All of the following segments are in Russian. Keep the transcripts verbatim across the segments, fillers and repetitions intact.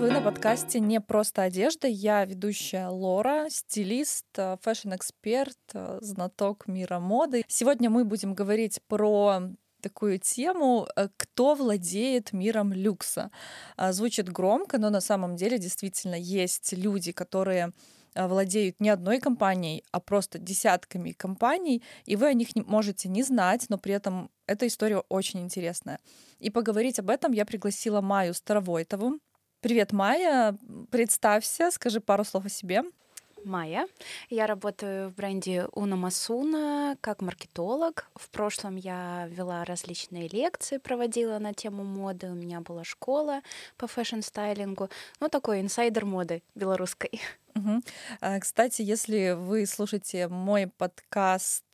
вы на подкасте «Не просто одежда». Я ведущая Лора, стилист, фэшн-эксперт, знаток мира моды. Сегодня мы будем говорить про такую тему «Кто владеет миром люкса?». Звучит громко, но на самом деле действительно есть люди, которые владеют не одной компанией, а просто десятками компаний, и вы о них не можете не знать, но при этом эта история очень интересная. И поговорить об этом я пригласила Майю Старовойтову. Привет, Майя. Представься, скажи пару слов о себе. Майя. Я работаю в бренде Uno Masuna как маркетолог. В прошлом я вела различные лекции, проводила на тему моды. У меня была школа по фэшн-стайлингу. Ну, такой инсайдер моды белорусской. Угу. Кстати, если вы слушаете мой подкаст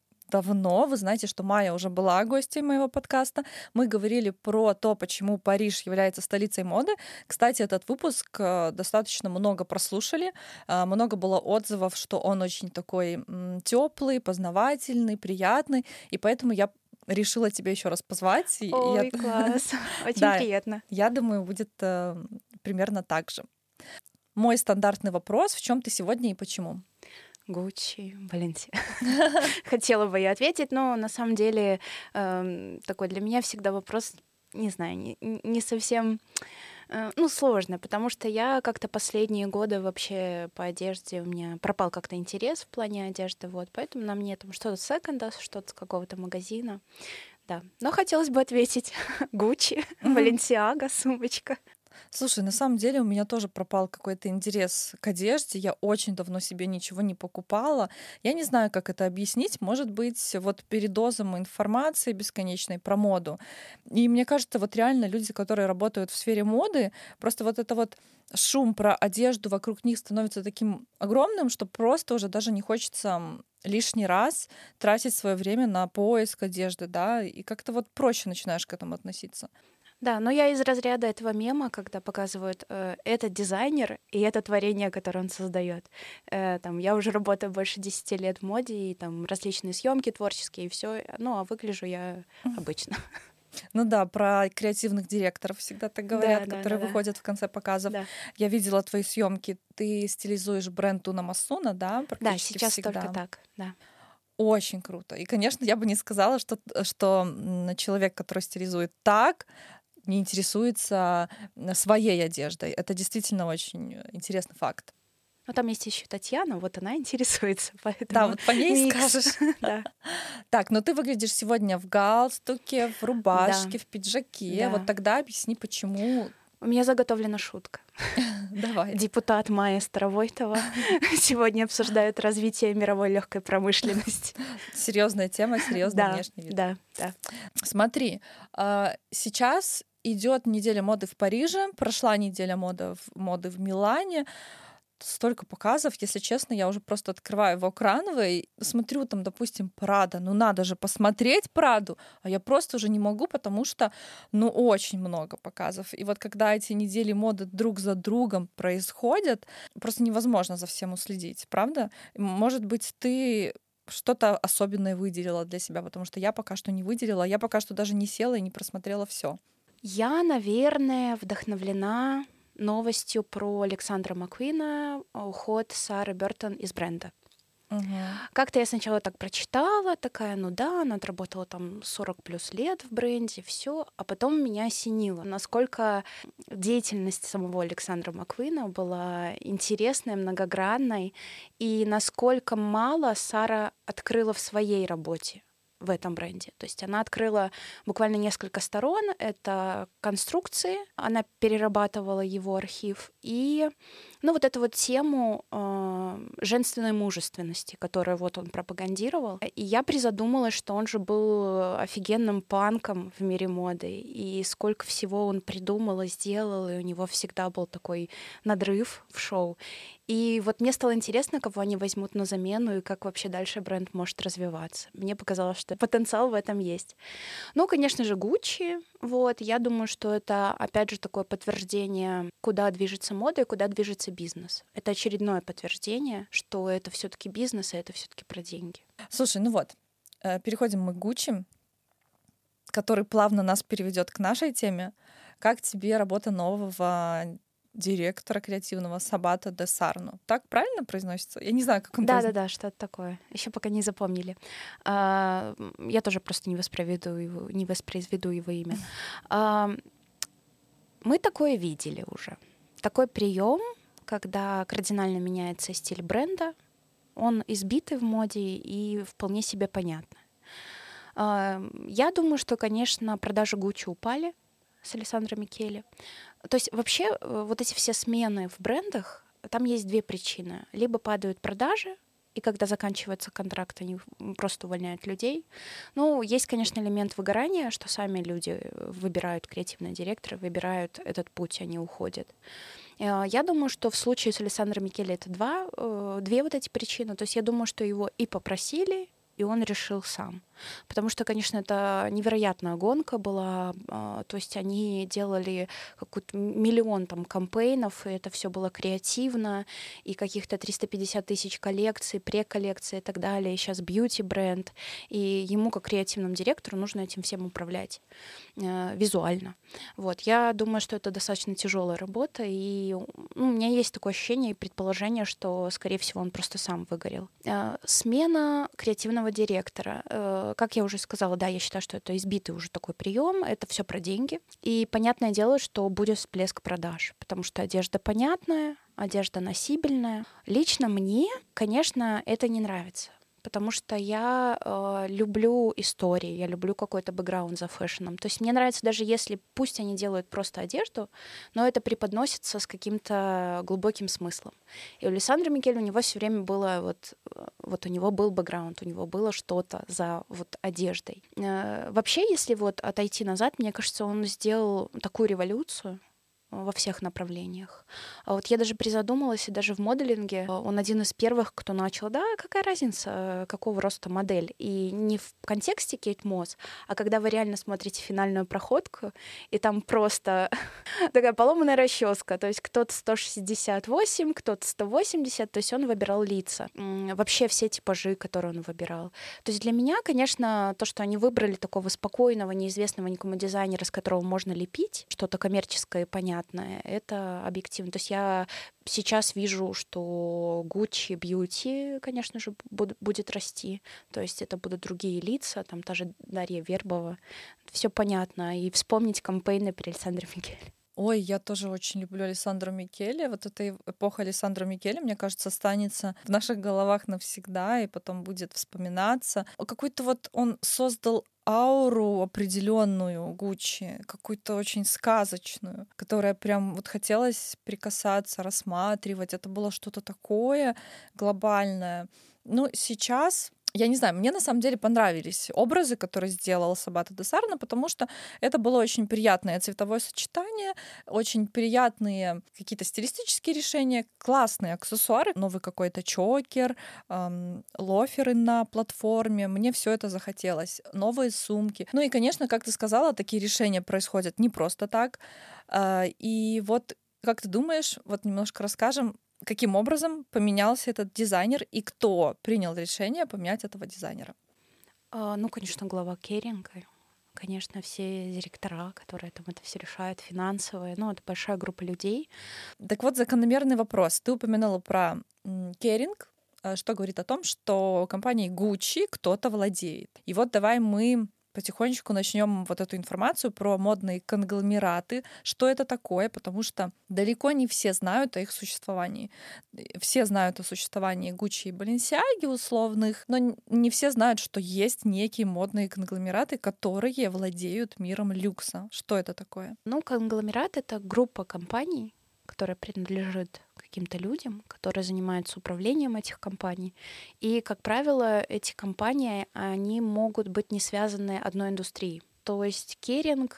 давно, вы знаете, что Майя уже была гостьей моего подкаста. Мы говорили про то, почему Париж является столицей моды. Кстати, этот выпуск достаточно много прослушали. Много было отзывов, что он очень такой теплый, познавательный, приятный. И поэтому я решила тебя еще раз позвать. Ой, я... класс! Очень да, приятно. Я думаю, будет примерно так же. Мой стандартный вопрос: в чем ты сегодня и почему? Гуччи, Баленси. Хотела бы я ответить, но на самом деле э, такой для меня всегда вопрос, не знаю, не, не совсем, э, ну, сложно, потому что я как-то последние годы вообще по одежде у меня пропал как-то интерес в плане одежды, вот, поэтому на мне там что-то с секонда, что-то с какого-то магазина, да. Но хотелось бы ответить Гуччи, Баленсиага, сумочка. Слушай, на самом деле у меня тоже пропал какой-то интерес к одежде. Я очень давно себе ничего не покупала. Я не знаю, как это объяснить. Может быть, вот передозом информации бесконечной про моду. И мне кажется, вот реально люди, которые работают в сфере моды, просто вот это вот шум про одежду вокруг них становится таким огромным, что просто уже даже не хочется лишний раз тратить свое время на поиск одежды, да, и как-то вот проще начинаешь к этому относиться. Да, но я из разряда этого мема, когда показывают э, этот дизайнер и это творение, которое он создает. Э, там, я уже работаю больше десяти лет в моде, и там различные съемки творческие, и все. Ну, а выгляжу я обычно. Ну да, про креативных директоров всегда так говорят, да, которые да, да, выходят в конце показов. Да. Я видела твои съемки. Ты стилизуешь бренд Uno Masuna, да, практически Да, сейчас всегда. только так, да. Очень круто. И, конечно, я бы не сказала, что, что человек, который стилизует так, не интересуется своей одеждой. Это действительно очень интересный факт. Но там есть еще Татьяна, вот она интересуется, поэтому... Да, вот по ней микс. скажешь. Да. Так, ну ты выглядишь сегодня в галстуке, в рубашке, Да. в пиджаке. Да. Вот тогда объясни, почему... У меня заготовлена шутка. Давай. Депутат Майя Старовойтова сегодня обсуждает развитие мировой легкой промышленности. Серьезная тема, серьезный да, внешний вид. Да, да. Смотри, сейчас идет неделя моды в Париже, прошла неделя моды в, моды в Милане. Столько показов, если честно, я уже просто открываю его крановый, смотрю там, допустим, Прада, ну надо же посмотреть Праду, а я просто уже не могу, потому что, ну, очень много показов. И вот когда эти недели моды друг за другом происходят, просто невозможно за всем уследить, правда? Может быть, ты что-то особенное выделила для себя, потому что я пока что не выделила, я пока что даже не села и не просмотрела все. Я, наверное, вдохновлена новостью про Александра Маккуина, уход Сары Бёртон из бренда. Угу. Как-то я сначала так прочитала, такая, ну да, она отработала там сорок плюс лет в бренде, все, а потом меня осенило, насколько деятельность самого Александра Маккуина была интересной, многогранной, и насколько мало Сара открыла в своей работе в этом бренде. То есть она открыла буквально несколько сторон. Это конструкции, она перерабатывала его архив, и ну, вот эту вот тему э, женственной мужественности, которую вот он пропагандировал. И я призадумалась, что он же был офигенным панком в мире моды, и сколько всего он придумал и сделал, и у него всегда был такой надрыв в шоу. И вот мне стало интересно, кого они возьмут на замену и как вообще дальше бренд может развиваться. Мне показалось, что потенциал в этом есть. Ну, конечно же, Гуччи. Вот, я думаю, что это, опять же, такое подтверждение, куда движется мода и куда движется бизнес. Это очередное подтверждение, что это все-таки бизнес, и это все-таки про деньги. Слушай, ну вот, переходим мы к Гуччи, который плавно нас переведет к нашей теме. Как тебе работа нового директора креативного Сабата де Сарно. Так правильно произносится? Я не знаю, как он произносится. Да-да-да, что-то такое. Еще пока не запомнили. А, я тоже просто не воспроизведу его, не воспроизведу его имя. А, мы такое видели уже. Такой прием, когда кардинально меняется стиль бренда, он избитый в моде и вполне себе понятно. А, я думаю, что, конечно, продажи Гуччи упали с Алессандро Микеле. То есть вообще вот эти все смены в брендах, там есть две причины. Либо падают продажи, и когда заканчивается контракт, они просто увольняют людей. Ну, есть, конечно, элемент выгорания, что сами люди выбирают креативные директоры, выбирают этот путь, они уходят. Я думаю, что в случае с Алессандро Микеле это два, две вот эти причины. То есть я думаю, что его и попросили, и он решил сам. Потому что, конечно, это невероятная гонка была. То есть они делали какой-то миллион там кампейнов, и это все было креативно, и каких-то триста пятьдесят тысяч коллекций, преколлекций и так далее. И сейчас бьюти-бренд. И ему, как креативному директору, нужно этим всем управлять э, визуально. Вот. Я думаю, что это достаточно тяжелая работа, и ну, у меня есть такое ощущение и предположение, что, скорее всего, он просто сам выгорел. Э, смена креативного директора. Э, Как я уже сказала, да, я считаю, что это избитый уже такой прием, это все про деньги. И понятное дело, что будет всплеск продаж, потому что одежда понятная, одежда носибельная. Лично мне, конечно, это не нравится. Потому что я э, люблю истории, я люблю какой-то бэкграунд за фэшном. То есть мне нравится даже если, пусть они делают просто одежду, но это преподносится с каким-то глубоким смыслом. И у Алессандро Микеле у него все время было вот, вот у него был бэкграунд, у него было что-то за вот одеждой. Э, вообще, если вот отойти назад, мне кажется, он сделал такую революцию во всех направлениях. А вот я даже призадумалась, и даже в моделинге он один из первых, кто начал, да, какая разница, какого роста модель. И не в контексте Кейт Мосс, а когда вы реально смотрите финальную проходку, и там просто такая поломанная расческа. То есть кто-то сто шестьдесят восемь, кто-то сто восемьдесят, то есть он выбирал лица. Вообще все типажи, которые он выбирал. То есть для меня, конечно, то, что они выбрали такого спокойного, неизвестного никому дизайнера, с которого можно лепить что-то коммерческое и понятное, это объективно. То есть я сейчас вижу, что Gucci Beauty, конечно же, буд- будет расти. То есть это будут другие лица, там та же Дарья Вербова. Все понятно. И вспомнить кампейны при Алессандро Микеле. Ой, я тоже очень люблю Алессандро Микеле. Вот эта эпоха Алессандро Микеле, мне кажется, останется в наших головах навсегда и потом будет вспоминаться. Какой-то вот он создал ауру определенную Гуччи, какую-то очень сказочную, которая прям вот хотелось прикасаться, рассматривать. Это было что-то такое глобальное. Ну, сейчас я не знаю, мне на самом деле понравились образы, которые сделал Сабата де Сарно, потому что это было очень приятное цветовое сочетание, очень приятные какие-то стилистические решения, классные аксессуары, новый какой-то чокер, эм, лоферы на платформе. Мне все это захотелось. Новые сумки. Ну и, конечно, как ты сказала, такие решения происходят не просто так. Э, и вот как ты думаешь, вот немножко расскажем, каким образом поменялся этот дизайнер и кто принял решение поменять этого дизайнера? А, ну, конечно, глава Керинга. Конечно, все директора, которые там это все решают, финансовые. Ну, это большая группа людей. Так вот, закономерный вопрос. Ты упомянула про Керинг, что говорит о том, что компанией Gucci кто-то владеет. И вот давай мы потихонечку начнем вот эту информацию про модные конгломераты, что это такое, потому что далеко не все знают о их существовании. Все знают о существовании Гуччи и Баленсиаги условных, но не все знают, что есть некие модные конгломераты, которые владеют миром люкса. Что это такое? Ну, конгломерат — это группа компаний, которая принадлежит каким-то людям, которые занимаются управлением этих компаний. И, как правило, эти компании, они могут быть не связаны одной индустрией. То есть Керинг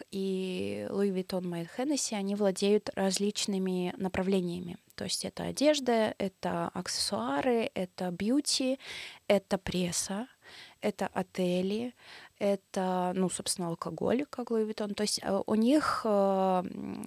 и Луи Виттон, Моët Хеннесси, они владеют различными направлениями. То есть это одежда, это аксессуары, это бьюти, это пресса, это отели, это, ну, собственно, алкоголь, как Луи Виттон. То есть у них, то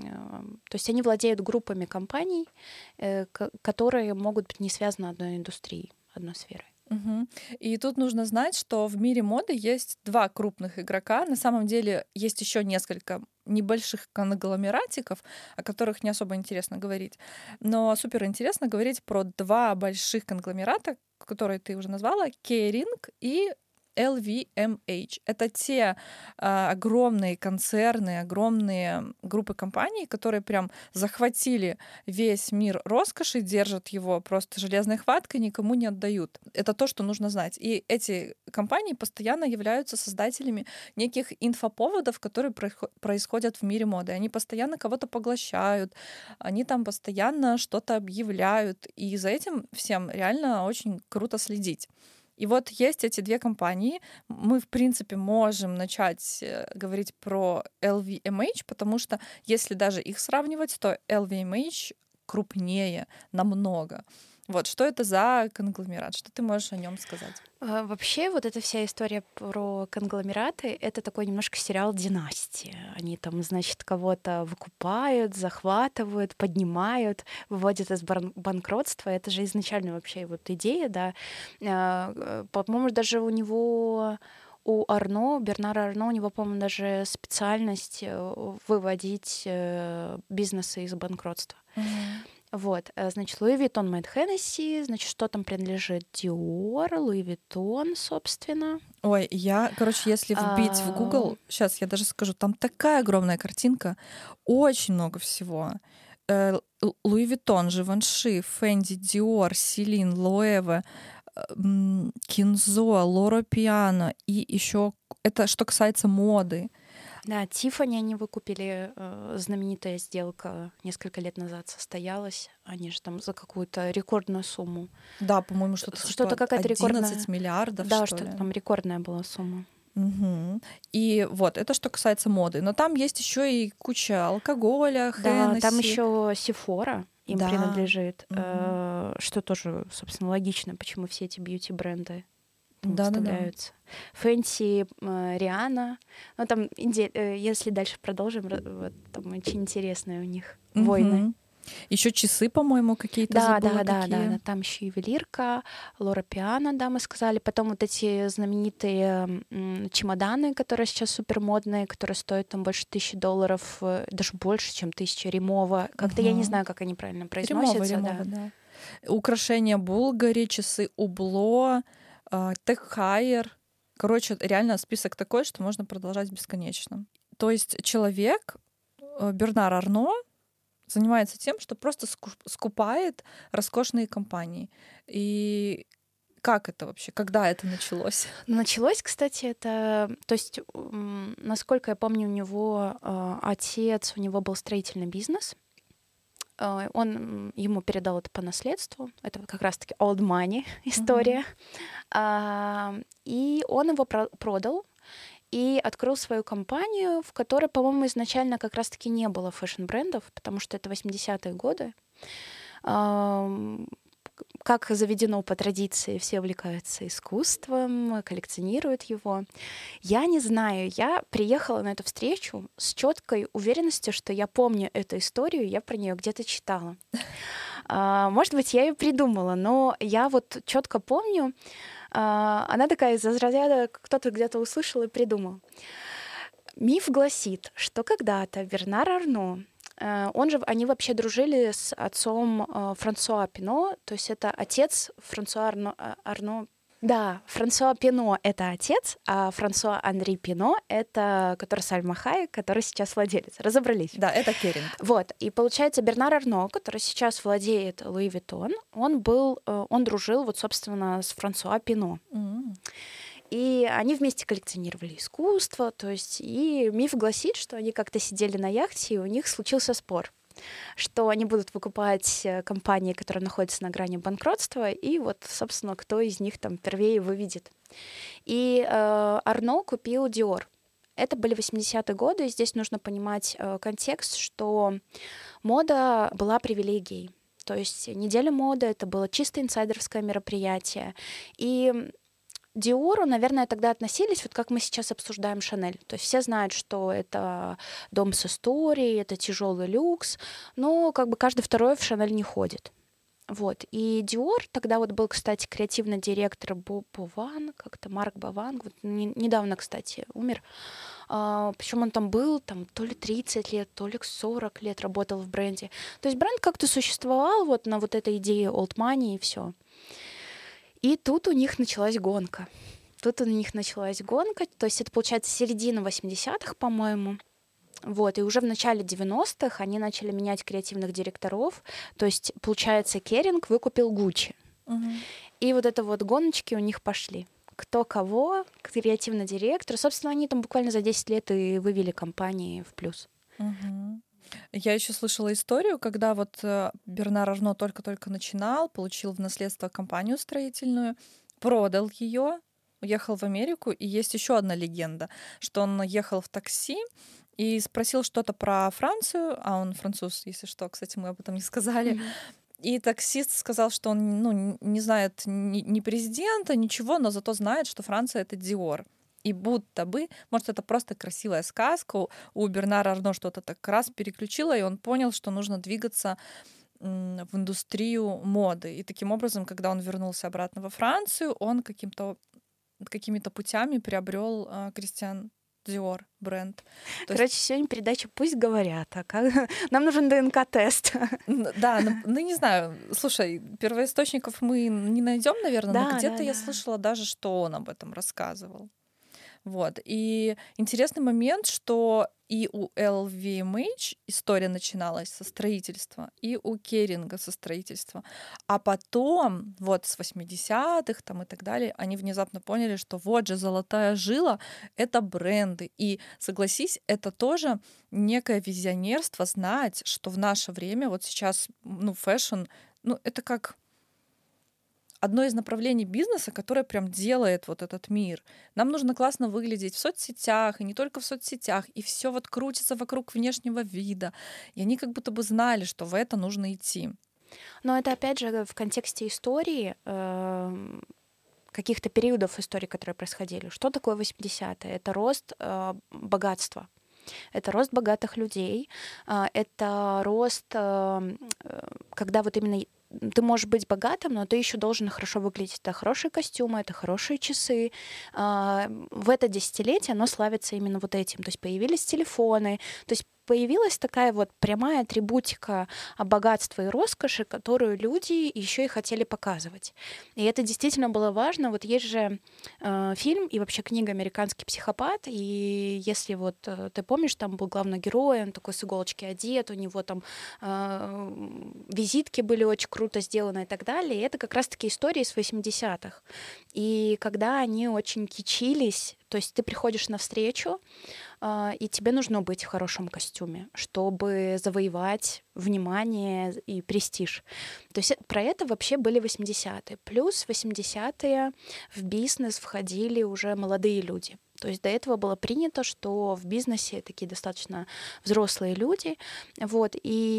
есть они владеют группами компаний, которые могут быть не связаны одной индустрией, одной сферой. Мгм. И тут нужно знать, что в мире моды есть два крупных игрока. На самом деле есть еще несколько небольших конгломератиков, о которых не особо интересно говорить. Но супер интересно говорить про два больших конгломерата, которые ты уже назвала, Kering и эл ви эм эйч. Это те а, огромные концерны, огромные группы компаний, которые прям захватили весь мир роскоши, держат его просто железной хваткой, никому не отдают. Это то, что нужно знать. И эти компании постоянно являются создателями неких инфоповодов, которые происхо- происходят в мире моды. Они постоянно кого-то поглощают, они там постоянно что-то объявляют. И за этим всем реально очень круто следить. И вот есть эти две компании. Мы, в принципе, можем начать э, говорить про эл ви эм эйч, потому что если даже их сравнивать, то эл ви эм эйч крупнее намного. Вот, что это за конгломерат? Что ты можешь о нем сказать? А, Вообще, вот эта вся история про конгломераты — это такой немножко сериал «Династия». Они там, значит, кого-то выкупают, захватывают, поднимают, выводят из бар- банкротства. Это же изначально вообще вот идея, да. А, э, По-моему, даже у него у Арно, Бернара Арно, у него, по-моему, даже специальность э, выводить э, бизнесы из банкротства. Мгм. Вот, э, значит, Луи Виттон, Мэтт Хеннесси, значит, что там принадлежит? Диор, Луи Виттон, собственно. Ой, я, короче, если вбить в А, Google, сейчас я даже скажу, там такая огромная картинка, очень много всего. Э, Л- Луи Виттон, Живанши, Фенди, Диор, Селин, Лоэве, э, м, Кинзо, Лоро Пиано и еще это что касается моды. Да, Тиффани они выкупили, э, знаменитая сделка несколько лет назад состоялась. Они же там за какую-то рекордную сумму. Да, по-моему, что-то С- типа Что-то какая-то одиннадцать рекордная. миллиардов, Да, что что-то ли. там рекордная была сумма. Мгм. И вот это что касается моды. Но там есть еще и куча алкоголя, Да, там Хеннесси. еще Сефора им Да. принадлежит, Мгм. э, что тоже, собственно, логично, почему все эти бьюти-бренды там Да-да-да. выставляются. Фэнси, э, Риhanna. Ну, там, инди- э, если дальше продолжим, ра- вот, там очень интересные у них войны. Мгм. Еще часы, по-моему, какие-то Да, забыла, да, да, да, какие. да, там еще ювелирка, Лора Пиано, да, мы сказали. Потом вот эти знаменитые м, чемоданы, которые сейчас супер модные, которые стоят там больше тысячи долларов, э, даже больше, чем тысяча, Римова. Как-то я не Мгм. знаю, как они правильно Ремова, произносятся, Ремова, да. да. Украшения Булгари, часы Убло, Тех Хайер. Короче, реально список такой, что можно продолжать бесконечно. То есть человек, э, Бернар Арно, занимается тем, что просто ску- скупает роскошные компании. И как это вообще? Когда это началось? Началось, кстати, это, то есть, м, насколько я помню, у него э, отец, у него был строительный бизнес. Э, Он м, ему передал это по наследству. Это вот как раз-таки old money Мгм. история. А, И он его про- продал и открыл свою компанию, в которой, по-моему, изначально как раз-таки не было фэшн-брендов, потому что это восьмидесятые годы. Ам, Как заведено по традиции, все увлекаются искусством, коллекционируют его. Я не знаю, я приехала на эту встречу с четкой уверенностью, что я помню эту историю, я про нее где-то читала. А, Может быть, я ее придумала, но я вот четко помню, а, она такая из разряда кто-то где-то услышал и придумал. Миф гласит, что когда-то Бернар Арно, э, он же, они вообще дружили с отцом э, Франсуа Пино, то есть это отец Франсуа Арно, а, Арно. Да, Франсуа Пино — это отец, а Франсуа Анри Пино — это который Сальма Хайек, который сейчас владелец. Разобрались. Да, это Керинг. Вот, и получается, Бернар Арно, который сейчас владеет Луи Виттон, он был, э, он дружил вот, собственно, с Франсуа Пино. М. И они вместе коллекционировали искусство, то есть, и миф гласит, что они как-то сидели на яхте, и у них случился спор, что они будут выкупать э, компании, которые находятся на грани банкротства, и вот, собственно, кто из них там первее выведет. И э, Арно купил Диор. Это были восьмидесятые годы, и здесь нужно понимать э, контекст, что мода была привилегией. То есть неделя моды — это было чисто инсайдерское мероприятие. И Диору, наверное, тогда относились, вот как мы сейчас обсуждаем Шанель. То есть все знают, что это дом с историей, это тяжелый люкс, но как бы каждый второй в Шанель не ходит. Вот. И Dior тогда вот был, кстати, креативный директор Бо- Бован, как-то Марк Бован, вот не- недавно, кстати, умер. А, причем он там был там то ли тридцать лет, то ли сорок лет работал в бренде. То есть бренд как-то существовал вот на вот этой идее old money и все. И тут у них началась гонка. Тут у них началась гонка, то есть это, получается, середина восьмидесятых, по-моему. Вот, и уже в начале девяностых они начали менять креативных директоров. То есть, получается, Керинг выкупил Гуччи. Угу. И вот это вот гоночки у них пошли. Кто кого, креативный директор. Собственно, они там буквально за десять лет и вывели компании в плюс. Угу. Я еще слышала историю, когда вот э, Бернар Арно только-только начинал, получил в наследство компанию строительную, продал ее, уехал в Америку, и есть еще одна легенда, что он ехал в такси и спросил что-то про Францию, а он француз, если что, кстати, мы об этом не сказали. Мгм. И таксист сказал, что он ну, не знает ни, ни президента, ничего, но зато знает, что Франция — это Диор. И будто бы, может, это просто красивая сказка, у- у Бернара Арно что-то так раз переключило, и он понял, что нужно двигаться м, в индустрию моды. И таким образом, когда он вернулся обратно во Францию, он каким-то, какими-то путями приобрел э, Кристиан Диор бренд. То есть, Короче, сегодня передача «Пусть говорят». А как... Нам нужен ДНК-тест. н- да, ну, ну не знаю, слушай, первоисточников мы не найдем, наверное, но Да, да, где-то я да. слышала даже, что он об этом рассказывал. Вот. И интересный момент, что и у эл ви эм эйч история начиналась со строительства, и у Керинга со строительства. А потом, вот с восьмидесятых там и так далее, они внезапно поняли, что вот же золотая жила — это бренды. И, согласись, это тоже некое визионерство знать, что в наше время вот сейчас, ну, фэшн, ну, это как одно из направлений бизнеса, которое прям делает вот этот мир. Нам нужно классно выглядеть в соцсетях, и не только в соцсетях, и все вот крутится вокруг внешнего вида. И они как будто бы знали, что в это нужно идти. Но это, опять же, в контексте истории, эм, каких-то периодов истории, которые происходили. Что такое восьмидесятые? Это рост э, богатства. Это рост богатых людей, а, это рост, э, э, когда вот именно ты можешь быть богатым, но ты еще должен хорошо выглядеть. Это хорошие костюмы, это хорошие часы. А, В это десятилетие оно славится именно вот этим. То есть появились телефоны, то есть появилась такая вот прямая атрибутика богатства и роскоши, которую люди еще и хотели показывать. И это действительно было важно. Вот есть же э, фильм и вообще книга «Американский психопат», и если вот э, ты помнишь, там был главный герой, он такой с иголочки одет, у него там э, визитки были очень круто сделаны и так далее. И это как раз-таки истории с восьмидесятых. И когда они очень кичились, то есть ты приходишь на встречу, а, и тебе нужно быть в хорошем костюме, чтобы завоевать внимание и престиж. То есть э- про это вообще были восьмидесятые. Плюс в восьмидесятые в бизнес входили уже молодые люди. То есть до этого было принято, что в бизнесе такие достаточно взрослые люди. Вот,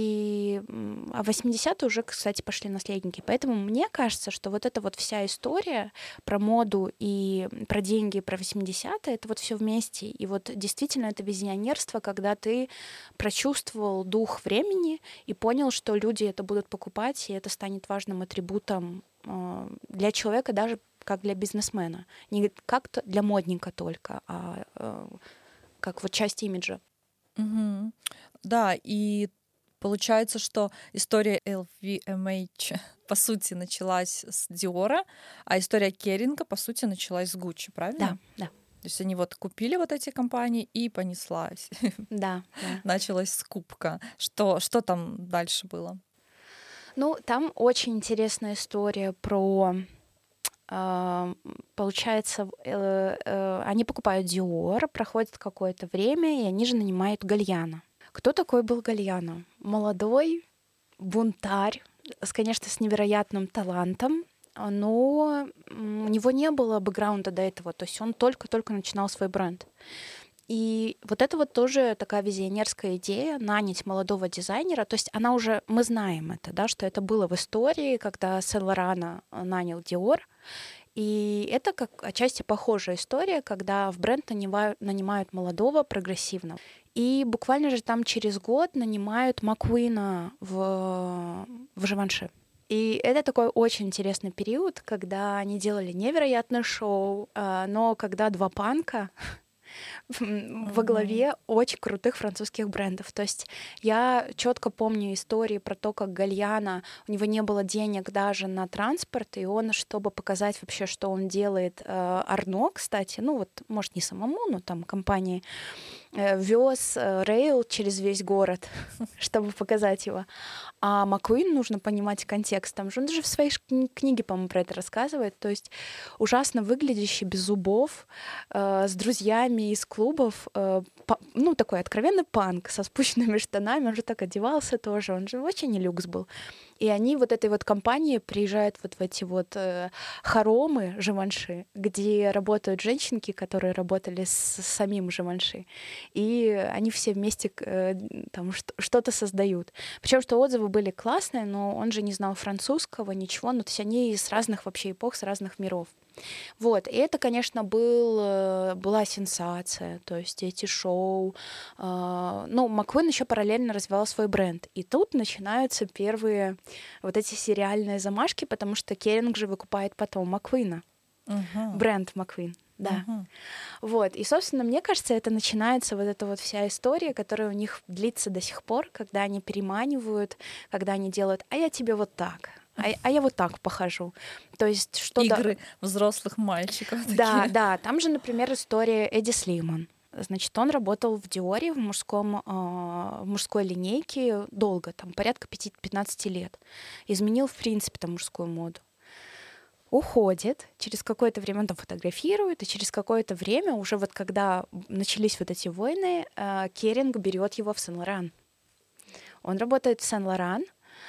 и м, а в восьмидесятые уже, кстати, пошли наследники. Поэтому мне кажется, что вот эта вот вся история про моду и про деньги, про восьмидесятые, это вот все вместе. И вот действительно это визионерство, когда ты прочувствовал дух времени и понял, что люди это будут покупать, и это станет важным атрибутом э, для человека, даже как для бизнесмена. Не как-то для модника только, а э, как вот часть имиджа. Мгм. Да, и получается, что история эл ви эм эйч по сути началась с Диора, а история Керинга по сути началась с Гуччи, Да, правильно? да, То есть они вот купили вот эти компании и понеслась. да, да. Началась скупка. Что, что там дальше было? Ну, там очень интересная история про а, получается, э, э, они покупают Dior, проходит какое-то время, и они же нанимают Гальяно. Кто такой был Гальяно? Молодой бунтарь, с, конечно, с невероятным талантом, а, но м, у него не было бэкграунда до этого, то есть он только-только начинал свой бренд. И вот это вот тоже такая визионерская идея — нанять молодого дизайнера. То есть она уже, мы знаем это, да, что это было в истории, когда Сен-Лорана нанял Диор. И это как отчасти похожая история, когда в бренд нанимают, нанимают молодого, прогрессивного. И буквально же там через год нанимают Маккуина в, в Живанши. И это такой очень интересный период, когда они делали невероятное шоу, а, но когда два панка во главе очень крутых французских брендов. То есть я четко помню истории про то, как Гальяно, у него не было денег даже на транспорт, и он, чтобы показать вообще, что он делает, э, Арно, кстати, ну вот, может, не самому, но там компании, э, вез э, рейл через весь город, чтобы показать его. А Маккуин нужно понимать контекст. Там же он даже в своей кни- книге, по-моему, про это рассказывает. То есть ужасно выглядящий, без зубов, э, с друзьями из клубов, э, па- ну, такой откровенный панк со спущенными штанами. Он же так одевался тоже. Он же очень не люкс был. И они вот этой вот компанией приезжают вот в эти вот э, хоромы Живанши, где работают женщинки, которые работали с, с самим Живанши. И они все вместе э, там что- что-то создают. Причем что отзывы были классные, но он же не знал французского, ничего. Ну, то есть они с разных вообще эпох, с разных миров. Вот, и это, конечно, был, э, была сенсация, то есть эти шоу. э, Ну, Маккуин еще параллельно развивал свой бренд. И тут начинаются первые вот эти сериальные замашки, потому что Керинг же выкупает потом Маккуина. Мгм. Бренд Маккуин, да. Мгм. Вот, и, собственно, мне кажется, это начинается вот эта вот вся история, которая у них длится до сих пор, когда они переманивают, когда они делают, а я тебе вот так, а, а я вот так похожу. То есть что да, Игры взрослых мальчиков да, такие. да, там же, например, история Эдди Слиман. Значит, он работал в Диоре, в, мужском, а, в мужской линейке долго, там порядка пяти- пятнадцати лет. Изменил, в принципе, там мужскую моду. Уходит, через какое-то время он там фотографирует, и через какое-то время, уже вот когда начались вот эти войны, а, Керинг берет его в Сен-Лоран. Он работает в Сен-Лоран,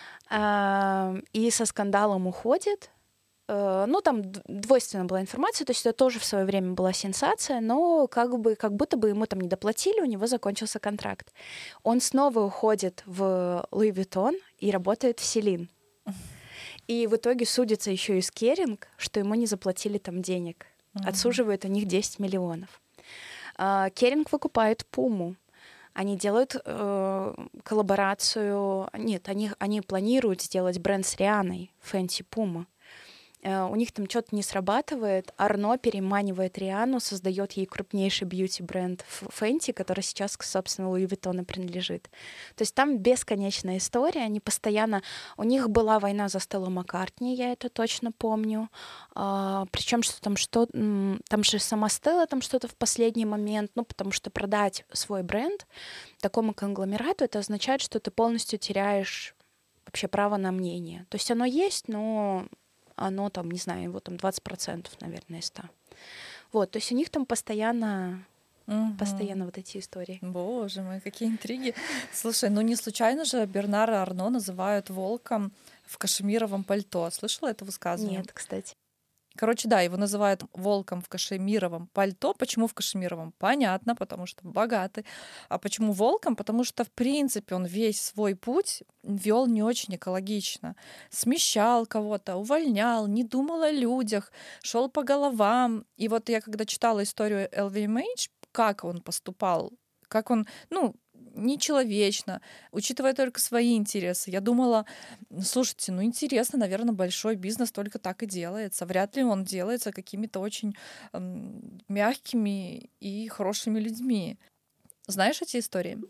а, и со скандалом уходит. Э, Ну, там д- двойственная была информация, то есть это тоже в свое время была сенсация, но как бы, как будто бы ему там не доплатили, у него закончился контракт. Он снова уходит в Луи Vuitton и работает в Селин. И в итоге судится еще и с Керинг, что ему не заплатили там денег. Отсуживает у них десять миллионов. А, Керинг выкупает Пуму. Они делают э, коллаборацию. Нет, они, они планируют сделать бренд с Рианой, Фэнси Пума. Э, У них там что-то не срабатывает. Арно переманивает Риану, создает ей крупнейший бьюти-бренд Фэнти, который сейчас, собственно, Луи Vuitton принадлежит. То есть там бесконечная история. Они постоянно... У них была война за Стеллу Маккартни, я это точно помню. А, причем что там что... м, Там же сама Стелла там что-то в последний момент, ну, потому что продать свой бренд такому конгломерату, это означает, что ты полностью теряешь вообще право на мнение. То есть оно есть, но оно там, не знаю, его там двадцать процентов, наверное, из ста. Вот, то есть у них там постоянно, Мгм. постоянно вот эти истории. Боже мой, какие интриги. Слушай, ну не случайно же Бернара Арно называют волком в кашемировом пальто. Слышала это высказывание? Нет, кстати. Короче, да, его называют волком в кашемировом пальто. Почему в кашемировом? Понятно, потому что богатый. А почему волком? Потому что, в принципе, он весь свой путь вел не очень экологично. Смещал кого-то, увольнял, не думал о людях, шел по головам. И вот я, когда читала историю эл ви эм эйч, как он поступал, как он, ну, нечеловечно, учитывая только свои интересы. Я думала, слушайте, ну интересно, наверное, большой бизнес только так и делается. Вряд ли он делается какими-то очень м, мягкими и хорошими людьми. Знаешь эти истории?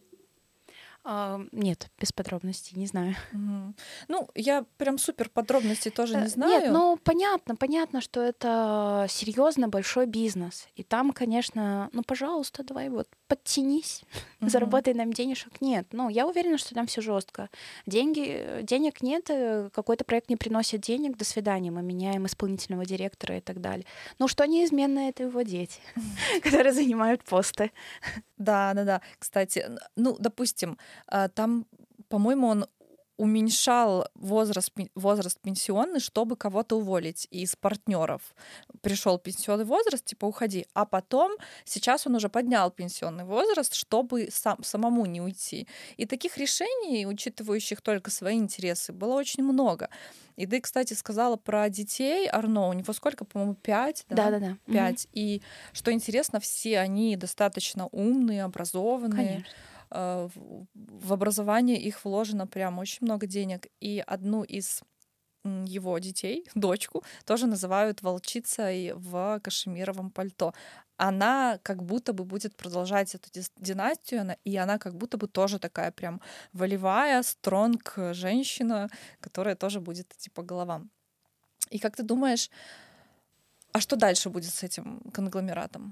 А, нет, без подробностей, не знаю. Мгм. Ну, я прям супер подробностей тоже не Э, Нет, знаю. ну понятно, понятно, что это серьезно большой бизнес. И там, конечно, ну, пожалуйста, давай вот подтянись, Мгм. заработай нам денежек. Нет, ну, я уверена, что там все жестко. Деньги, э, денег нет, э, какой-то проект не приносит денег, до свидания, мы меняем исполнительного директора и так далее. Ну, что неизменно, это его дети, которые занимают посты. Да, да, да. Кстати, н- ну, допустим, а, там, по-моему, он уменьшал возраст, пен- возраст пенсионный, чтобы кого-то уволить из партнеров. Пришел пенсионный возраст, типа уходи. А потом, сейчас он уже поднял пенсионный возраст, чтобы сам, самому не уйти. И таких решений, учитывающих только свои интересы, было очень много. И ты, кстати, сказала про детей Арно. У него сколько, по-моему, пять, да? Да-да-да. Мгм. Пять. И что интересно, все они достаточно умные, образованные. Конечно. Э, В в образование их вложено прям очень много денег. И одну из его детей, дочку, тоже называют волчицей в кашемировом пальто. Она как будто бы будет продолжать эту династию, она, и она как будто бы тоже такая прям волевая, стронг женщина, которая тоже будет идти по головам. И как ты думаешь, а что дальше будет с этим конгломератом?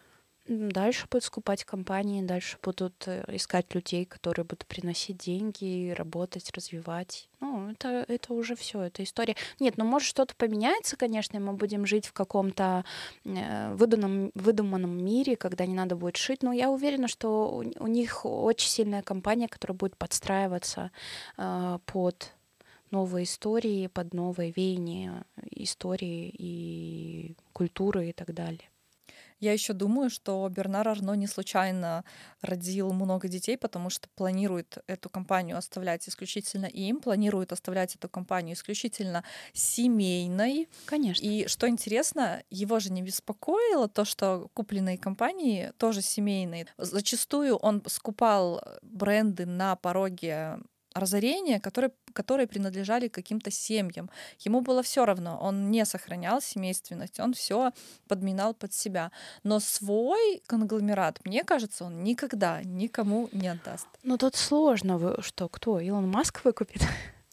Дальше будут скупать компании, дальше будут искать людей, которые будут приносить деньги, работать, развивать. Ну, это, это уже все, это история. Нет, ну, может, что-то поменяется, конечно, и мы будем жить в каком-то выдуманном, выдуманном мире, когда не надо будет шить, но я уверена, что у, у них очень сильная компания, которая будет подстраиваться э, под новые истории, под новые веяния истории и культуры и так далее. Я еще думаю, что Бернар Арно не случайно родил много детей, потому что планирует эту компанию оставлять исключительно им, планирует оставлять эту компанию исключительно семейной. Конечно. И что интересно, его же не беспокоило то, что купленные компании тоже семейные. Зачастую он скупал бренды на пороге разорения, которые, которые принадлежали каким-то семьям. Ему было все равно, он не сохранял семейственность, он все подминал под себя. Но свой конгломерат, мне кажется, он никогда никому не отдаст. Ну тут сложно, вы что, кто? Илон Маск выкупит?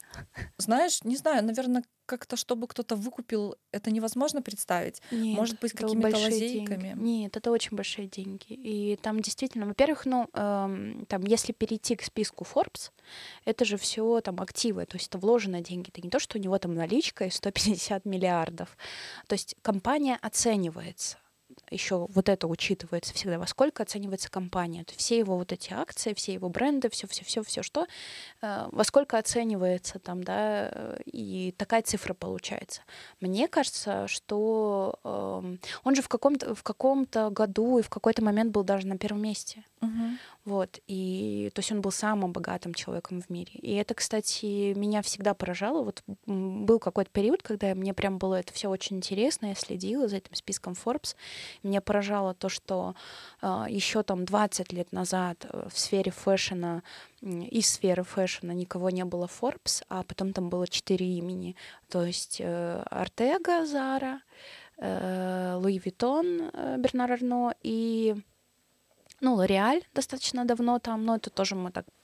Знаешь, не знаю, наверное, как-то, чтобы кто-то выкупил, это невозможно представить. Нет, может быть, какими-то лазейками. Деньги. Нет, это очень большие деньги. И там действительно, во-первых, ну, эм, там, если перейти к списку Forbes, это же все там активы, то есть это вложенные деньги. Это не то, что у него там наличка и сто пятьдесят миллиардов. То есть компания оценивается. Еще вот это учитывается всегда, во сколько оценивается компания. То есть все его вот эти акции, все его бренды, все, все, все, все, что, э, во сколько оценивается там, да, и такая цифра получается. Мне кажется, что э, он же в каком-то в каком-то году и в какой-то момент был даже на первом месте. Угу. Вот, и то есть он был самым богатым человеком в мире. И это, кстати, меня всегда поражало. Вот был какой-то период, когда мне прям было это все очень интересно, я следила за этим списком Forbes. Меня поражало то, что э, еще там двадцать лет назад в сфере фэшена, из сферы фэшена никого не было Forbes, а потом там было четыре имени. То есть э, Артега, Зара, э, Луи Виттон, э, Бернар Арно и... Ну, Лореаль достаточно давно там, но это тоже мы так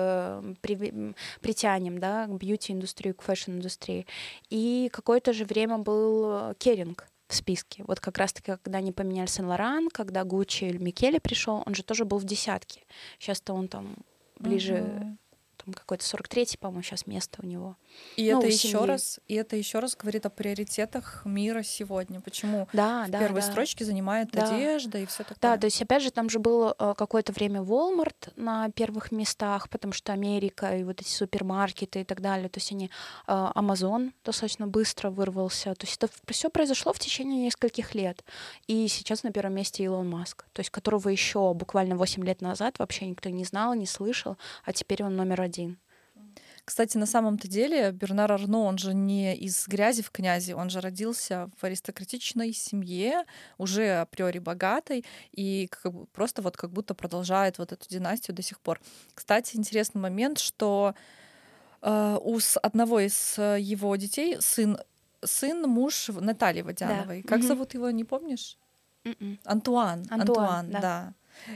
при, притянем, да, к бьюти-индустрии, к фэшн-индустрии. И какое-то же время был Керинг в списке. Вот как раз-таки, когда они поменяли Сен-Лоран, когда Гуччи или Микеле пришел, он же тоже был в десятке. Сейчас-то он там ближе... Uh-huh. Там какой-то сорок третий, по-моему, сейчас место у него. И ну, это еще раз, и это еще раз говорит о приоритетах мира сегодня. Почему да, в да, первой да. строчке занимает да. одежда и все такое. Да, то есть, опять же, там же было какое-то время Walmart на первых местах, потому что Америка и вот эти супермаркеты и так далее. То есть они Amazon достаточно быстро вырвался. То есть это все произошло в течение нескольких лет. И сейчас на первом месте Илон Маск, то есть которого еще буквально восемь лет назад вообще никто не знал, не слышал, а теперь он номер один. Кстати, на самом-то деле Бернар Арно, он же не из грязи в князи, он же родился в аристократичной семье, уже априори богатой, и как бы просто вот как будто продолжает вот эту династию до сих пор. Кстати, интересный момент, что э, у одного из его детей сын, сын муж Натальи Водяновой. Да. Как mm-hmm. зовут его, не помнишь? Mm-mm. Антуан. Антуан, Антуан, да. да.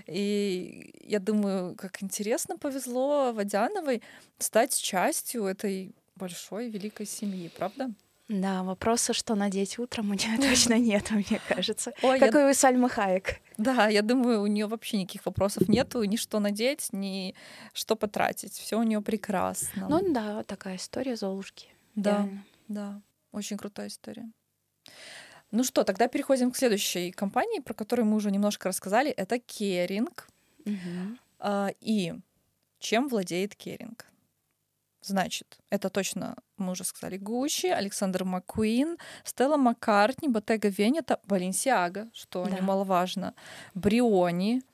И я думаю, как интересно повезло Водяновой стать частью этой большой, великой семьи, правда? Да, вопроса, что надеть утром, у нее точно нет, мне кажется. Ой, как я... и у Сальмы Хайек. Да, я думаю, у нее вообще никаких вопросов нету, ни что надеть, ни что потратить. Все у нее прекрасно. Ну да, такая история Золушки. Да, реально. Да, очень крутая история. Ну что, тогда переходим к следующей компании, про которую мы уже немножко рассказали. Это Керинг. Угу. А, и чем владеет Керинг? Значит, это точно, мы уже сказали, Гуччи, Александр Маккуин, Стелла Маккартни, Bottega Veneta, Balenciaga, что да. немаловажно, Бриони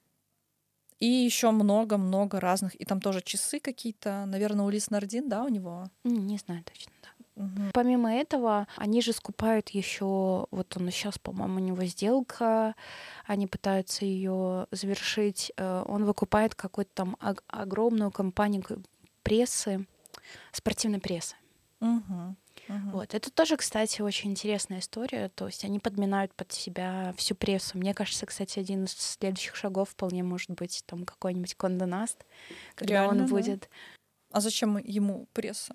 и еще много-много разных. И там тоже часы какие-то, наверное, Улис Нардин, да, у него? Не, не знаю точно, да. Угу. Помимо этого, они же скупают еще, вот он сейчас, по-моему, у него сделка, они пытаются ее завершить. Он выкупает какую-то там огромную компанию прессы, спортивной прессы. Мгм. Мгм. Вот. Это тоже, кстати, очень интересная история. То есть они подминают под себя всю прессу. Мне кажется, кстати, один из следующих шагов вполне может быть там какой-нибудь Кондо Наст, когда он Реально, да. будет... А зачем ему пресса?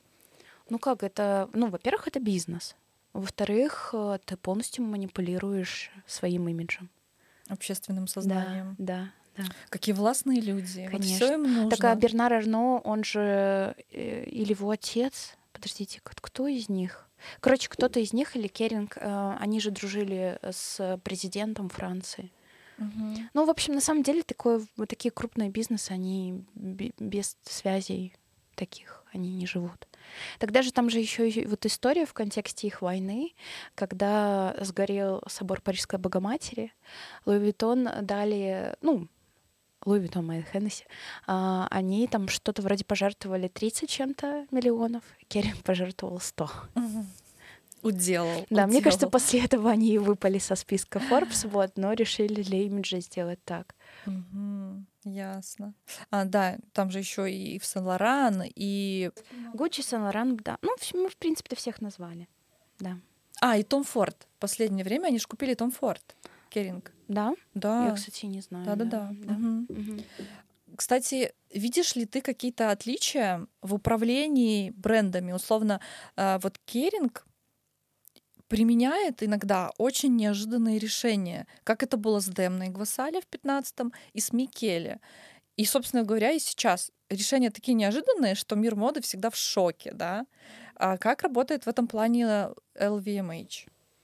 Ну как, это... Ну, во-первых, это бизнес. Во-вторых, э, ты полностью манипулируешь своим имиджем. Общественным Да, сознанием. да, да, Какие властные люди. Вот все конечно. им Так а нужно. Бернар Арно, он же... э, или его отец... Подождите, к- кто из них? Короче, кто-то из них или Керинг, э, они же дружили с президентом Франции. Мгм. Ну, в общем, на самом деле, такое, вот такие крупные бизнесы, они бе- без связей таких, они не живут. Тогда же там же еще и вот история в контексте их войны, когда сгорел собор Парижской Богоматери, Луи Виттон дали, ну, Луи Виттон, Моët Хеннесси, а, они там что-то вроде пожертвовали тридцать чем-то миллионов, Керинг пожертвовал сто. Мгм. Уделал, Да, мне кажется, уделал. после этого они и выпали со списка Forbes, вот, но решили для имиджа сделать так. Мгм. Ясно. А, да, там же еще и в Сен-Лоран, и... Гуччи, Сен-Лоран, да. Ну, в- мы, в принципе, всех назвали. Да. А, и Том Форд. В последнее время они же купили Том Форд. Керинг. Да? Я, Да, кстати, не знаю. Да. да-да-да. Да. Мгм. Мгм. Кстати, видишь ли ты какие-то отличия в управлении брендами? Условно, а, вот Керинг применяет иногда очень неожиданные решения, как это было с Демной Гвасале в пятнадцатом и с Микеле. И, собственно говоря, и сейчас решения такие неожиданные, что мир моды всегда в шоке, да? А как работает в этом плане эл ви эм эйч?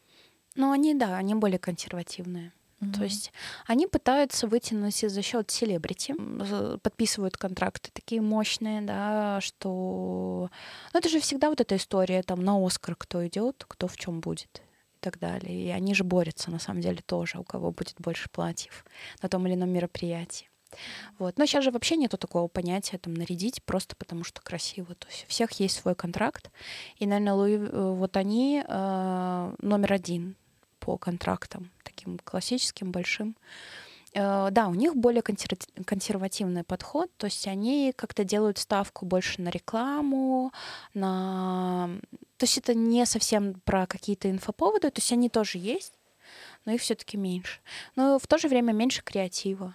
Ну, они, да, они более консервативные. То Мгм. есть они пытаются вытянуть за счет селебрити, м, з- подписывают контракты такие мощные, да, что... Ну, это же всегда вот эта история, там, на Оскар кто идет, кто в чем будет и так далее. И они же борются, на самом деле, тоже, у кого будет больше платьев на том или ином мероприятии. Вот. Но сейчас же вообще нету такого понятия, там, нарядить просто потому, что красиво. То есть у всех есть свой контракт. И, наверное, Луи, э, вот они э, номер один по контрактам, таким классическим, большим. Э, да, у них более консерва- консервативный подход, то есть они как-то делают ставку больше на рекламу, на... То есть это не совсем про какие-то инфоповоды, то есть они тоже есть, но их все-таки меньше. Но в то же время меньше креатива.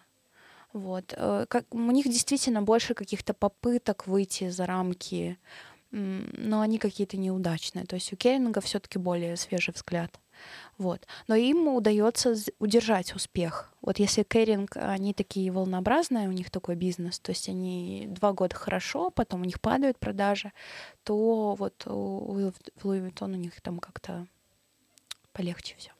Вот. э, Как, у них действительно больше каких-то попыток выйти за рамки, м, но они какие-то неудачные. То есть у Керинга все-таки более свежий взгляд. Вот. Но им удается з- удержать успех. Вот если Керинг, они такие волнообразные, у них такой бизнес, то есть они два года хорошо, потом у них падают продажи, то вот у Луи Vuitton у них там как-то полегче все.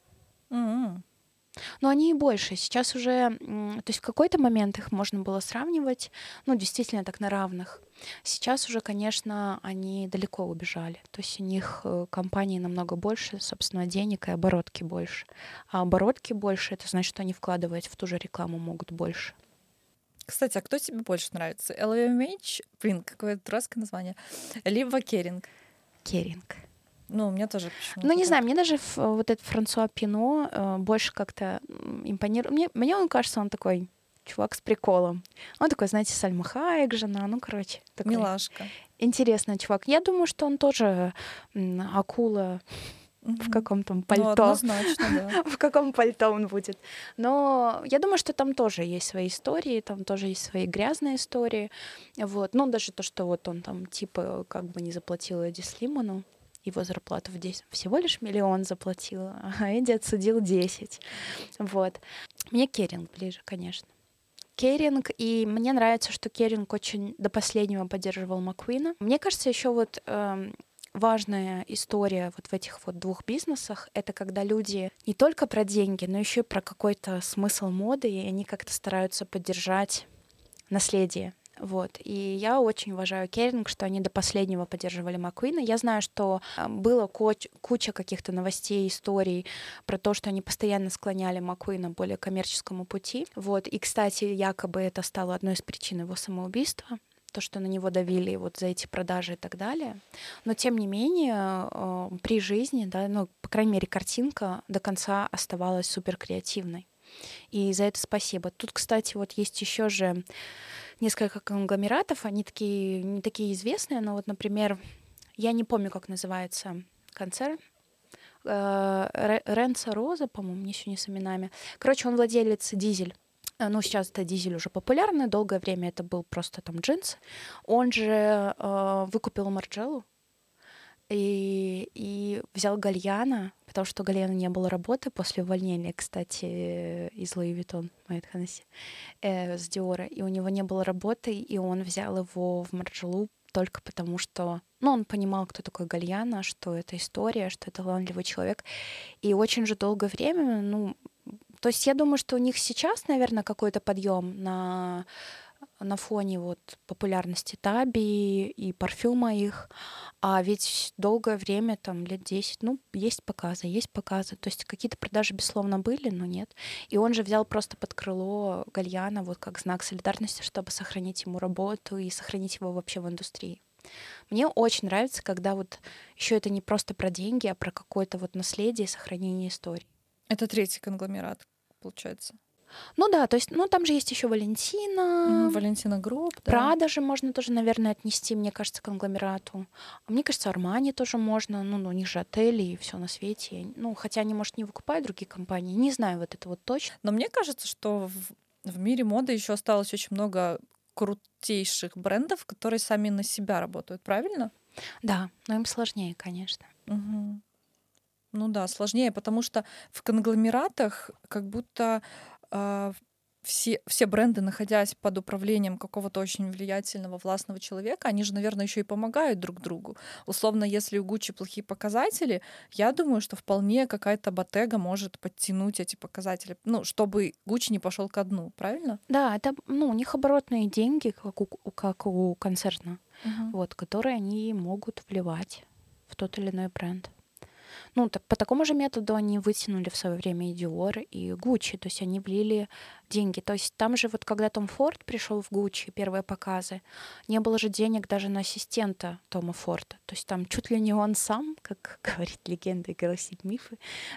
М. Но они и больше. Сейчас уже, м, то есть в какой-то момент их можно было сравнивать, ну, действительно так на равных. Сейчас уже, конечно, они далеко убежали. То есть у них э, компании намного больше, собственно, денег и оборотки больше. А оборотки больше, это значит, что они вкладывать в ту же рекламу могут больше. Кстати, а кто тебе больше нравится? эл ви эм эйч? Блин, какое дурацкое название. Либо Керинг? Керинг. Ну, у меня тоже Ну, почему-то не знаю, так. мне даже ф- вот этот Франсуа Пино э, больше как-то м, импонирует. Мне, мне он кажется, он такой чувак с приколом. Он такой, знаете, Сальма Хайек, жена, ну, короче, такой Милашка. интересный чувак. Я думаю, что он тоже м, акула в Мгм. каком там Ну, пальто. однозначно, да. В каком пальто он будет. Но я думаю, что там тоже есть свои истории, там тоже есть свои грязные истории. Вот. Ну, даже то, что вот он там типа как бы не заплатил Эдди Слиману, его зарплату в десять, всего лишь миллион заплатил, а Эдди отсудил десять. Вот. Мне Керинг ближе, конечно. Керинг, и мне нравится, что Керинг очень до последнего поддерживал Маккуина. Мне кажется, еще вот эм, важная история вот в этих вот двух бизнесах — это когда люди не только про деньги, но еще и про какой-то смысл моды, и они как-то стараются поддержать наследие. Вот. И я очень уважаю Керинг, что они до последнего поддерживали Маккуина. Я знаю, что э, было коч- куча каких-то новостей, историй про то, что они постоянно склоняли Маккуина к более коммерческому пути. Вот. И, кстати, якобы это стало одной из причин его самоубийства, то, что на него давили вот за эти продажи и так далее. Но, тем не менее, э, при жизни, да, ну, по крайней мере, картинка до конца оставалась супер креативной. И за это спасибо. Тут, кстати, вот есть еще же несколько конгломератов, они такие, не такие известные, но вот, например, Я не помню, как называется концерн. Ренцо Роза, по-моему, мне еще не с именами. Короче, он владелец Дизель. Ну, сейчас это Дизель уже популярный. Долгое время это был просто там джинс. Он же э, выкупил Марджеллу и, и взял Гальяно, потому что у Гальяно не было работы после увольнения, кстати, из Луи Виттон, Моэт Хеннесси, э, с Диора. И у него не было работы, и он взял его в Марджеллу только потому, что... Ну, он понимал, кто такой Гальяно, что это история, что это талантливый человек. И очень же долгое время, ну... То есть я думаю, что у них сейчас, наверное, какой-то подъем на, на фоне вот популярности Таби и парфюма их. А ведь долгое время, там, лет десять, ну, есть показы, есть показы. То есть какие-то продажи, безусловно, были, но нет. И он же взял просто под крыло Гальяно вот как знак солидарности, чтобы сохранить ему работу и сохранить его вообще в индустрии. Мне очень нравится, когда вот еще это не просто про деньги, а про какое-то вот наследие и сохранение истории. Это третий конгломерат, получается. Ну да, то есть, ну там же есть еще Валентина. Угу, Валентина Групп, да. Прада же можно тоже, наверное, отнести, мне кажется, к конгломерату. А мне кажется, Армани тоже можно. Ну, ну, у них же отели и все на свете. Ну, хотя они, может, не выкупают другие компании. Не знаю вот это вот точно. Но мне кажется, что в, в мире моды еще осталось очень много крутейших брендов, которые сами на себя работают, правильно? Да, но им сложнее, конечно. Угу. Ну да, сложнее, потому что в конгломератах как будто э, все, все бренды, находясь под управлением какого-то очень влиятельного, властного человека, они же, наверное, еще и помогают друг другу. Условно, если у Гуччи плохие показатели, я думаю, что вполне какая-то Bottega может подтянуть эти показатели, ну, чтобы Гуччи не пошел ко дну, правильно? Да, это, ну, у них оборотные деньги, как у, как у концерна, Угу. вот, которые они могут вливать в тот или иной бренд. Ну, так, по такому же методу они вытянули в свое время и Dior, и Gucci, то есть они влили деньги. То есть там же вот когда Том Форд пришел в Gucci, первые показы, не было же денег даже на ассистента Тома Форда. То есть там чуть ли не он сам, как говорит легенда и гласит мифы,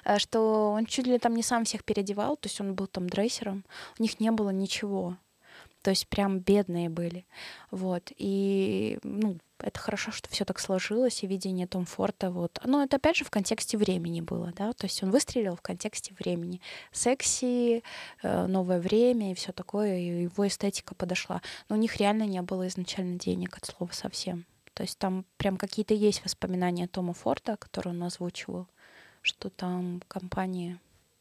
что он чуть ли там не сам всех переодевал, то есть он был там дрессером, у них не было ничего. То есть прям бедные были. Вот. И, ну, это хорошо, что все так сложилось, и видение Том Форда, вот. Но это, опять же, в контексте времени было, да, то есть он выстрелил в контексте времени. Секси, новое время и все такое, и его эстетика подошла. Но у них реально не было изначально денег, от слова совсем. То есть там прям какие-то есть воспоминания Тома Форда, которые он озвучивал, что там компания...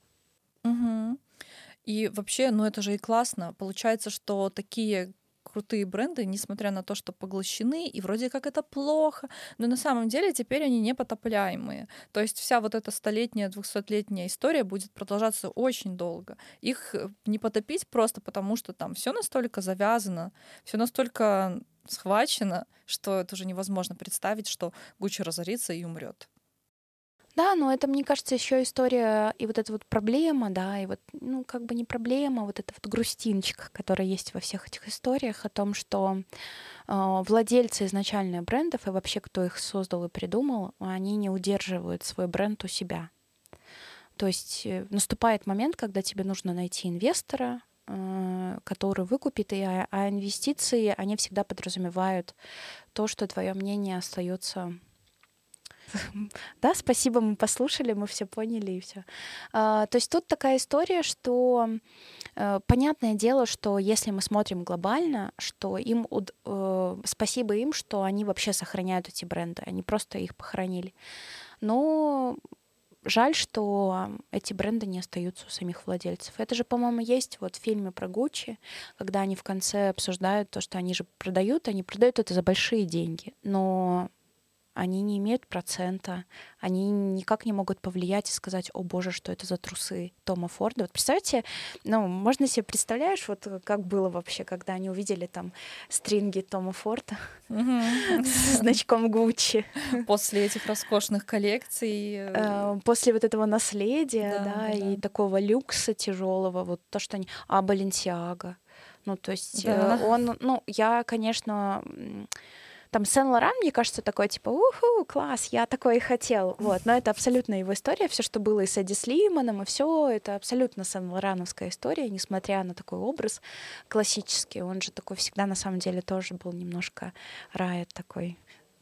Угу. И вообще, ну это же и классно. Получается, что такие крутые бренды, несмотря на то, что поглощены, и вроде как это плохо, но на самом деле теперь они непотопляемые. То есть вся вот эта столетняя, двухсотлетняя история будет продолжаться очень долго. Их не потопить просто потому, что там все настолько завязано, все настолько схвачено, что это уже невозможно представить, что Гуччи разорится и умрет. Да, но это, мне кажется, еще история и вот эта вот проблема, да, и вот, ну, как бы не проблема, а вот эта вот грустиночка, которая есть во всех этих историях о том, что э, владельцы изначально брендов и вообще кто их создал и придумал, они не удерживают свой бренд у себя. То есть э, наступает момент, когда тебе нужно найти инвестора, э, который выкупит, и, а, а инвестиции, они всегда подразумевают то, что твое мнение остается... Да, спасибо, мы послушали, мы все поняли и все. А, то есть тут такая история, что э, понятное дело, что если мы смотрим глобально, что им э, спасибо им, что они вообще сохраняют эти бренды, они просто их похоронили. Но жаль, что эти бренды не остаются у самих владельцев. Это же, по-моему, есть вот в фильме про Гуччи, когда они в конце обсуждают то, что они же продают, они продают это за большие деньги, но они не имеют процента, они никак не могут повлиять и сказать: о боже, что это за трусы Тома Форда. Вот представьте, ну, можно себе представляешь, вот как было вообще, когда они увидели там стринги Тома Форда с значком Гуччи. После этих роскошных коллекций. После вот этого наследия, да, и такого люкса тяжелого, вот то, что они... А Баленсиага. Ну, то есть он... Ну, я, конечно... Там Сен-Лоран, мне кажется, такой, типа, уху, класс, я такой и хотел. Вот. Но это абсолютно его история. Все, что было и с Эдди Слиманом, и все, это абсолютно Сен-Лорановская история, несмотря на такой образ классический. Он же такой всегда, на самом деле, тоже был немножко райот такой,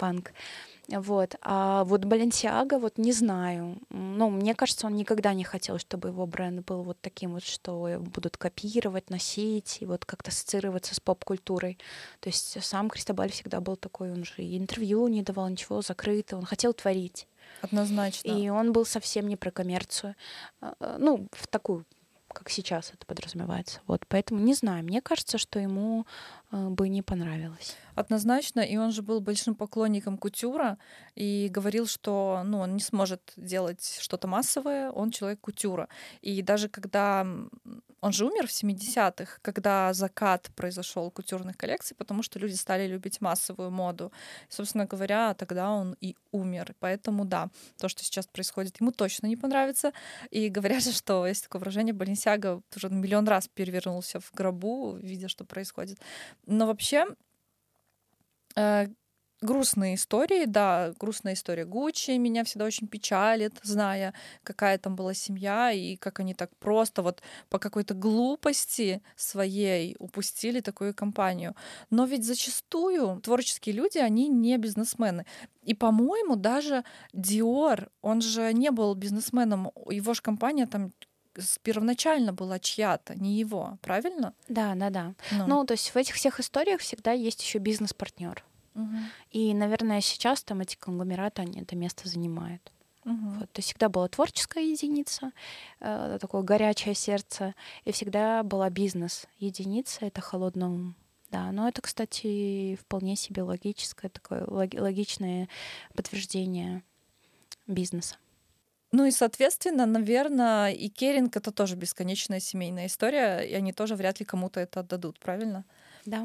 панк. Вот. А вот Balenciaga, вот не знаю. Ну, мне кажется, он никогда не хотел, чтобы его бренд был вот таким вот, что будут копировать, носить и вот как-то ассоциироваться с поп-культурой. То есть сам Кристобаль всегда был такой, он же и интервью не давал, ничего, закрытый, он хотел творить. Однозначно. И он был совсем не про коммерцию. Ну, в такую, как сейчас это подразумевается. Вот, поэтому не знаю. Мне кажется, что ему э, бы не понравилось. Однозначно, и он же был большим поклонником кутюра и говорил, что ну, он не сможет делать что-то массовое, он человек кутюра. И даже когда он же умер в семидесятых, когда закат произошел кутюрных коллекций, потому что люди стали любить массовую моду. И, собственно говоря, тогда он и умер. Поэтому да, то, что сейчас происходит, ему точно не понравится. И говорят же, что есть такое выражение, Balenciaga уже миллион раз перевернулся в гробу, видя, что происходит. Но вообще Э, грустные истории, да, грустная история Гуччи меня всегда очень печалит, зная, какая там была семья и как они так просто вот по какой-то глупости своей упустили такую компанию. Но ведь зачастую творческие люди, они не бизнесмены. И, по-моему, даже Dior, он же не был бизнесменом, его же компания там первоначально была чья-то, не его, правильно? Да, да, да. Ну, Ну, то есть в этих всех историях всегда есть еще бизнес-партнер. Мгм. И, наверное, сейчас там эти конгломераты, они это место занимают. Мгм. Вот. То есть всегда была творческая единица, э, такое горячее сердце, и всегда была бизнес-единица, это холодный ум. Да, но это, кстати, вполне себе логическое, такое логи- логичное подтверждение бизнеса. Ну и, соответственно, наверное, и Керинг — это тоже бесконечная семейная история, и они тоже вряд ли кому-то это отдадут, правильно? Да.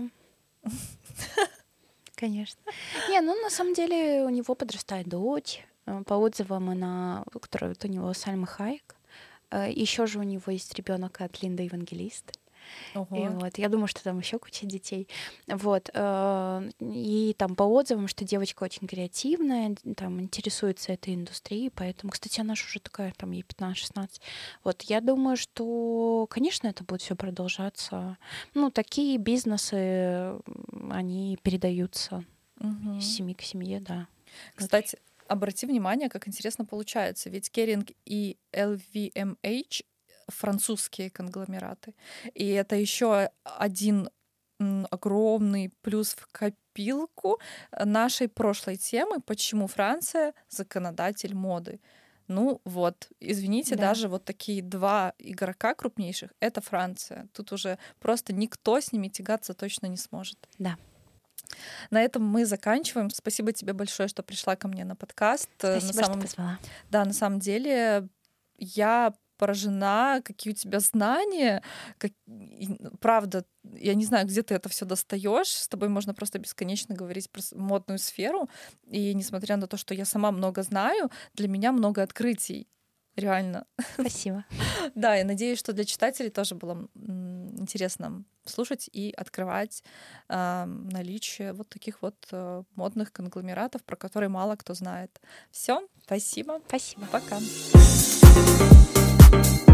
Конечно. Не, ну на самом деле у него подрастает дочь. Э, По отзывам она, которая вот у него Сальма Хайек. Еще же у него есть ребенок от Линды Евангелист. И Ого. вот, я думаю, что там еще куча детей. Вот. э, И там по отзывам, что девочка очень креативная, там интересуется этой индустрией, поэтому, кстати, она же уже такая, там ей пятнадцать-шестнадцать. Вот, я думаю, что, конечно, это будет все продолжаться. Ну, такие бизнесы, м, они передаются Мгм. из семьи к семье, да. Кстати, обрати внимание, как интересно получается. Ведь Керинг и эл ви эм эйч — французские конгломераты. И это еще один м, огромный плюс в копилку нашей прошлой темы, почему Франция — законодатель моды. Ну вот, извините, Да. даже вот такие два игрока крупнейших — это Франция. Тут уже просто никто с ними тягаться точно не сможет. Да. На этом мы заканчиваем. Спасибо тебе большое, что пришла ко мне на подкаст. Э, на Спасибо, самом... что позвала. Да, на самом деле я поражена, какие у тебя знания. Как... и, Правда, я не знаю, где ты это все достаешь. С тобой можно просто бесконечно говорить про с- модную сферу. И несмотря на то, что я сама много знаю, для меня много открытий. Реально. Спасибо. Да, я надеюсь, что для читателей тоже было м, интересно слушать и открывать а, наличие вот таких вот э, модных конгломератов, про которые мало кто знает. Все, спасибо. Спасибо. Пока.